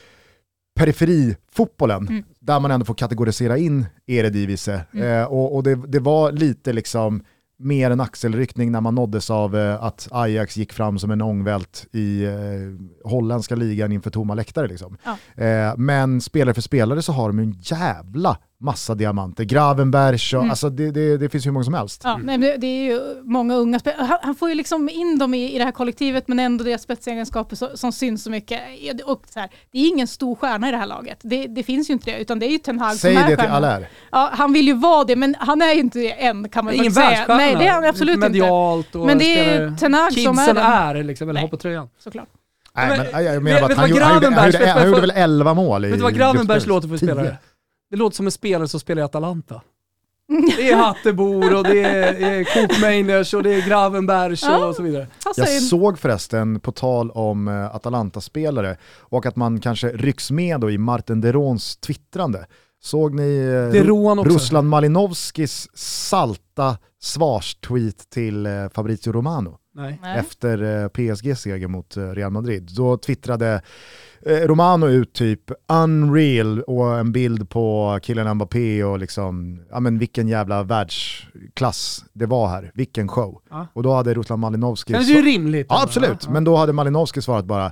periferifotbollen mm. där man ändå får kategorisera in Eredivisie. Mm. Eh, och och det, det var lite liksom mer en axelryckning när man nåddes av eh, att Ajax gick fram som en ångvält i eh, holländska ligan inför tomma läktare. Liksom. Ja. Eh, men spelare för spelare så har de en jävla massa diamanter. Gravenbergs och mm. alltså det, det, det finns ju många som helst. Ja, mm. nej, det är ju många unga spelare. Han, han får ju liksom in dem i, i det här kollektivet, men ändå deras spetsegenskaper så, som syns så mycket. Och så här, det är ingen stor stjärna i det här laget. Det, det finns ju inte det, utan det är ju Ten Hag Säg som är det stjärnan. Till Allaire. Ja, han vill ju vara det, men han är ju inte det än, kan man ingen säga. Nej, det är han absolut medialt inte. Men det är Ten Hag som är den. är liksom, eller hoppar tröjan. Såklart. Nej, men, jag menar bara att han, han, gjorde, han, gjorde, han gjorde väl elva mål i. Vet du vad Gravenbergs låter för spelare? Det låter som en spelare som spelar i Atalanta. Det är Hattebor och det är Kokmeiners och det är Gravenbergs och så vidare. Jag såg förresten på tal om Atalanta-spelare och att man kanske rycks med då i Martin Derons twittrande. Såg ni Ruslan Malinovskis salta svarstweet till Fabrizio Romano? Nej. Efter P S G-seger mot Real Madrid. Då twittrade Romano ut typ unreal och en bild på killen Mbappé och liksom, ja men vilken jävla världsklass det var här. Vilken show. Ja. Och då hade Ruslan Malinovski... Men det är ju rimligt. Ja, absolut. Ja. Men då hade Malinovski svarat bara,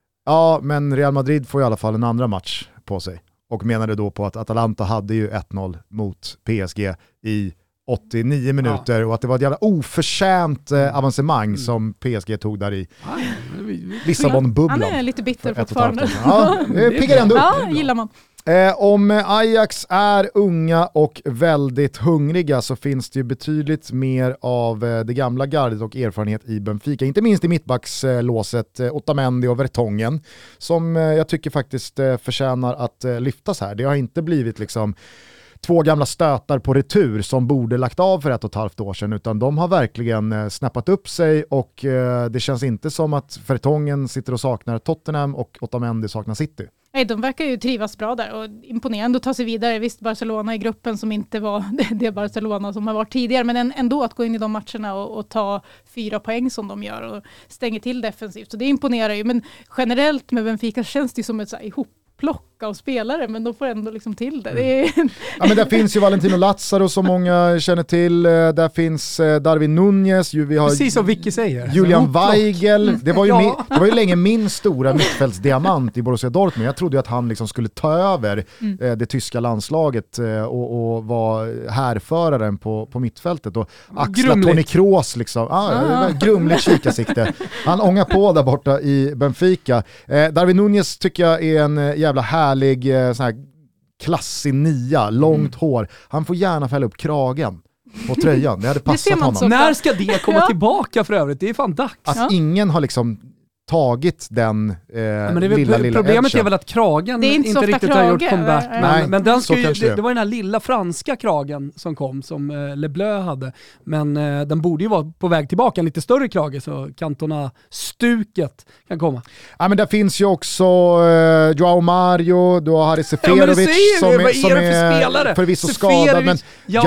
ja men Real Madrid får i alla fall en andra match på sig. Och menade då på att Atalanta hade ju ett noll mot P S G i åttionio minuter, ja. Och att det var ett jävla oförtjänt eh, avancemang mm. som P S G tog där i Lissabon-bubblan. Han är lite bitter fortfarande. Ja, det piggar ändå upp. Ja, gillar man. Eh, om Ajax är unga och väldigt hungriga så finns det ju betydligt mer av eh, det gamla gardet och erfarenhet i Benfica. Inte minst i mittbackslåset eh, Otamendi och Vertongen som eh, jag tycker faktiskt eh, förtjänar att eh, lyftas här. Det har inte blivit liksom två gamla stötar på retur som borde lagt av för ett och ett halvt år sedan, utan de har verkligen eh, snappat upp sig och eh, det känns inte som att Vertongen sitter och saknar Tottenham och Otamendi saknar City. Nej, de verkar ju trivas bra där och imponerande att ta sig vidare. Visst, Barcelona i gruppen som inte var det Barcelona som har varit tidigare, men ändå att gå in i de matcherna och, och ta fyra poäng som de gör och stänger till defensivt. Så det imponerar ju, men generellt med Benfica känns det som ett så här ihop plock av spelare, men de får ändå liksom till det. det är... ja, men där finns ju Valentino Lazzaro som många känner till. Där finns Darwin Nunez. Vi har precis som Vicky säger. Julian Weigel. Det var, ju ja. min, det var ju länge min stora mittfältsdiamant i Borussia Dortmund. Jag trodde att han liksom skulle ta över mm. det tyska landslaget och, och vara härföraren på, på mittfältet. Och axla Toni Kroos liksom. Ah, ah. Grumligt kikarsikte. Han ångar på där borta i Benfica. Darwin Nunez tycker jag är en jävla härlig sån här klassig nia, långt mm. hår. Han får gärna fälla upp kragen på tröjan. Det hade passat det honom. När ska det komma ja. tillbaka för övrigt? Det är fan dags. Att ja. ingen har liksom tagit den eh, ja, men det är väl, lilla, lilla problemet edgen. Är väl att kragen inte, inte riktigt krage, har gjort comeback. Men, nej, men den ska ju, det, det var den här lilla franska kragen som kom, som eh, Le Bleu hade. Men eh, den borde ju vara på väg tillbaka, en lite större krage, så Cantona-stuket kan komma. Ja, men där finns ju också eh, Joao Mario, du har Harry Seferovic ja, som, är, som är, är förvisso skadad, men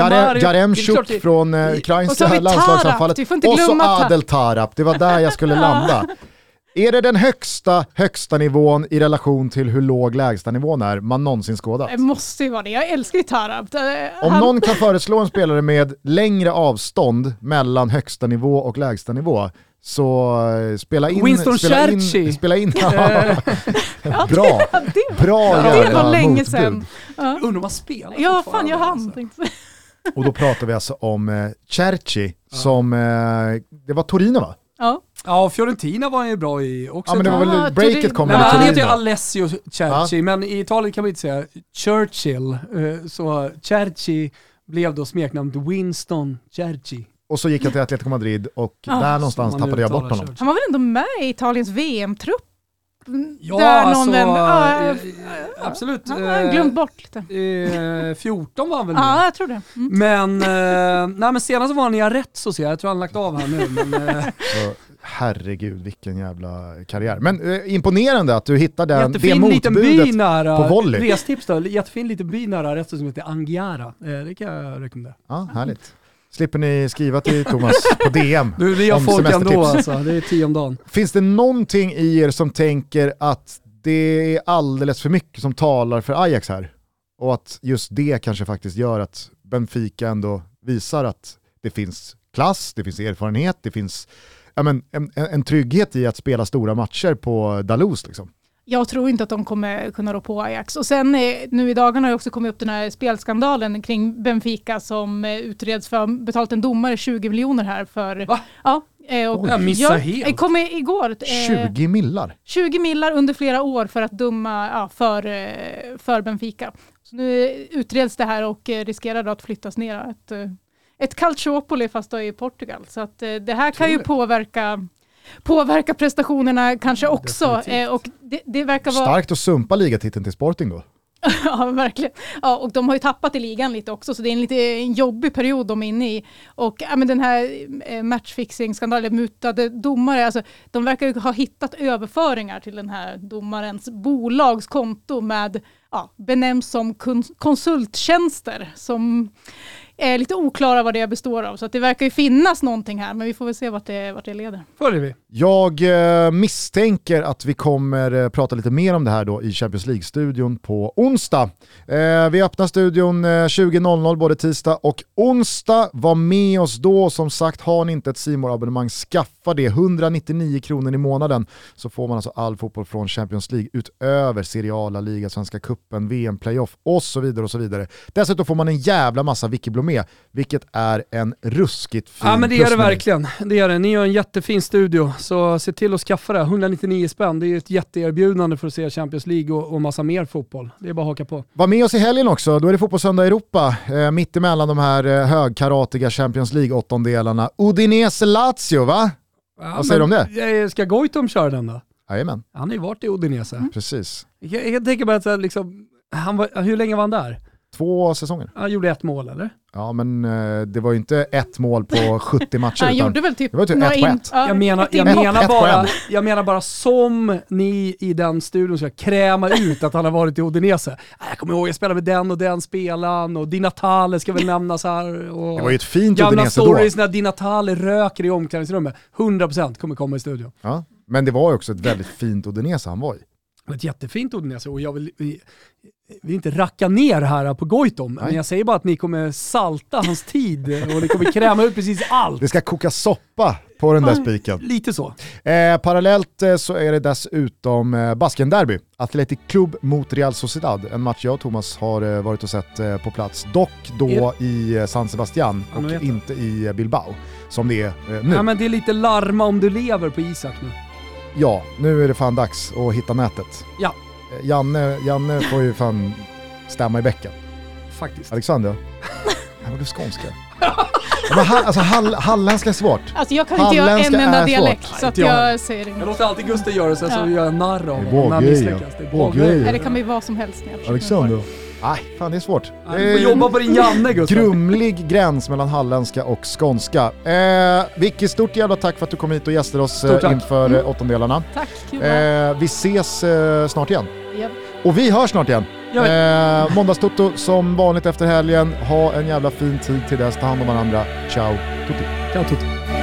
Jaremchuk från eh, ukrainska landslagsanfallet och så Adel Tarap. Det var där jag skulle landa. Är det den högsta, högsta nivån i relation till hur låg lägsta nivån är man någonsin skådat? Det måste ju vara det. Jag älskar ju Tarab. Om Han... någon kan föreslå en spelare med längre avstånd mellan högsta nivå och lägsta nivå, Så spela in... Winston spela in, Churchill. spela in. Ja, bra. det, Bra det jävla var länge motbud. sedan. Ja, Undrar om man spelar ja fortfarande, fan jag hann. alltså. Tänkte. Och då pratar vi alltså om eh, Cerci som... Eh, det var Torino va? Ja. Ja, Fiorentina var han ju bra i också. Ja men det var väl Ah, breaket Torino. kom Nej, med men han heter ju Torino. Alessio Cerci, men i Italien kan man inte säga Churchill. Eh, Så Cerci blev då smeknamnet Winston Cerci. Och så gick jag till Atletico Madrid och Ah, där någonstans som man tappade jag uttalar bort honom. Churchill. Han var väl ändå med i Italiens V M-trupp? Ja, Där någon alltså, vän, ah, eh, eh, absolut. Han har glömt bort lite. Eh, fjorton var han väl med. Ja, jag tror det. Mm. Men, eh, nej, men senast var han i Arezzo, så jag tror han lagt av här nu. Men, eh, Så, herregud vilken jävla karriär. Men eh, imponerande att du hittade den, det jättefin liten by motbudet nära, på volley. restips då, jättefin liten by nära Arezzo som heter Angiara. Eh, det kan jag rekommendera. Ja, härligt. Slipper ni skriva till Thomas på D M Du, det gör om folk ändå semestertips. alltså, det är tio om dagen. Finns det någonting i er som tänker att det är alldeles för mycket som talar för Ajax här? Och att just det kanske faktiskt gör att Benfica ändå visar att det finns klass, det finns erfarenhet, det finns ja, men, en, en trygghet i att spela stora matcher på Dalot liksom. Jag tror inte att de kommer kunna rå på Ajax. Och sen eh, nu i dagarna har det också kommit upp den här spelskandalen kring Benfica som eh, utreds för betalt en domare tjugo miljoner här för... Va? Ja. Eh, och Jag missar helt. Det kom igår. Eh, tjugo millar. tjugo millar under flera år för att döma ja, för, eh, för Benfica. Så nu utreds det här och eh, riskerar då att flyttas ner ett, eh, ett Calciopoli fast då i Portugal. Så att eh, det här kan ju påverka påverka prestationerna kanske också. Eh, och det, det verkar vara... Starkt att sumpa ligatiteln till Sporting då. Ja, verkligen. Ja, och de har ju tappat i ligan lite också, så det är en lite en jobbig period de är inne i. Och ja, men den här eh, matchfixing-skandalen, mutade domare, alltså, de verkar ju ha hittat överföringar till den här domarens bolagskonto med, ja, benämns som kons- konsulttjänster som är lite oklara vad det består av. Så att det verkar ju finnas någonting här, men vi får väl se vart det, vart det leder. Följer vi. Jag eh, misstänker att vi kommer eh, prata lite mer om det här då i Champions League-studion på onsdag. Eh, vi öppnar studion eh, tjugo noll noll både tisdag och onsdag. Var med oss då. Som sagt, har ni inte ett C More abonnemang, skaffa det. etthundranittionio kronor i månaden så får man alltså all fotboll från Champions League utöver Serie A, La Liga, Svenska Cupen, V M-playoff och så vidare och så vidare. Dessutom får man en jävla massa Wiki Blomé, vilket är en ruskigt fin Ja, men det är det plusmeny. verkligen. Det är det. Ni gör en jättefin studio, så se till att skaffa det. etthundranittionio spänn, det är ett jätteerbjudande för att se Champions League och, och massa mer fotboll. Det är bara att haka på. Var med oss i helgen också, då är det Fotbollssöndag Europa, eh, mitt emellan de här eh, högkaratiga Champions League-åttondelarna. Udinese-Lazio, va? Ja, Vad säger du om det? Ska Goitom köra den då? Jajamän, Han har ju varit i Udinese. Mm. precis. Jag, jag tänker bara att så här, liksom, han var, hur länge var han där? Två säsonger. Han gjorde ett mål, eller? Ja, men eh, det var ju inte ett mål på sjuttio matcher. Han utan gjorde väl typ det var typ några ett på in- ett. ja, Jag menar, ett jag, inhopp. menar Ett bara, poäng. jag menar bara som ni i den studion ska kräma ut att han har varit i Udinese. Jag kommer ihåg, jag spelade med den och den spelaren och Di Natale ska väl nämnas här. Och Det var ju ett fint gamla Udinese då. stories när Di Natale röker i omklädningsrummet. hundra procent kommer komma i studion. Ja, men det var ju också ett väldigt fint Udinese han var i. Det var ett jättefint Udinese och jag vill, vi, vill inte racka ner här på Goitom, men jag säger bara att ni kommer salta hans tid och ni kommer kräma ut precis allt. Det ska koka soppa på den där spiken. Lite så. Eh, parallellt eh, så är det dessutom eh, Basken-derby. Athletic Club mot Real Sociedad. En match jag och Thomas har eh, varit och sett eh, på plats. Dock då Ja. i eh, San Sebastian Ja, men och vet inte i eh, Bilbao. Som det är eh, nu. Ja, men det är lite larma om du lever på Isak nu. Ja, nu är det fan dags att hitta nätet. Ja. Eh, Janne, Janne får ju fan stämma i bäcken. Faktiskt. Alexander? Här var du skånska. Ja, men ha, alltså hall, halländska är svårt. Alltså jag kan inte göra en Halländska enda är dialekt svårt. så att Nej, inte jag. jag säger Jag inget. låter alltid Gustav göra det så, Ja. så gör jag narr av Det är honom när han vågrej, misslyckas. Det är vågrej. vågrej. Nej, det kan bli vad som helst när jag försöker Alexander? med Nej, fan det är svårt. Ja, du får jobba på din Janne, Gustav. Grumlig gräns mellan halländska och skånska. Eh, Vicky, stort jävla tack för att du kom hit och gästade oss Stort tack. eh, inför Mm. mm. åttondelarna. det. Tack, kul. Eh. Eh, vi ses eh, snart igen. Ja. Och vi hörs snart igen. Ja, Eh, Måndagstutto som vanligt efter helgen. Ha en jävla fin tid till dess. Ta hand om varandra. Ciao, tutti. Ciao, Tutti.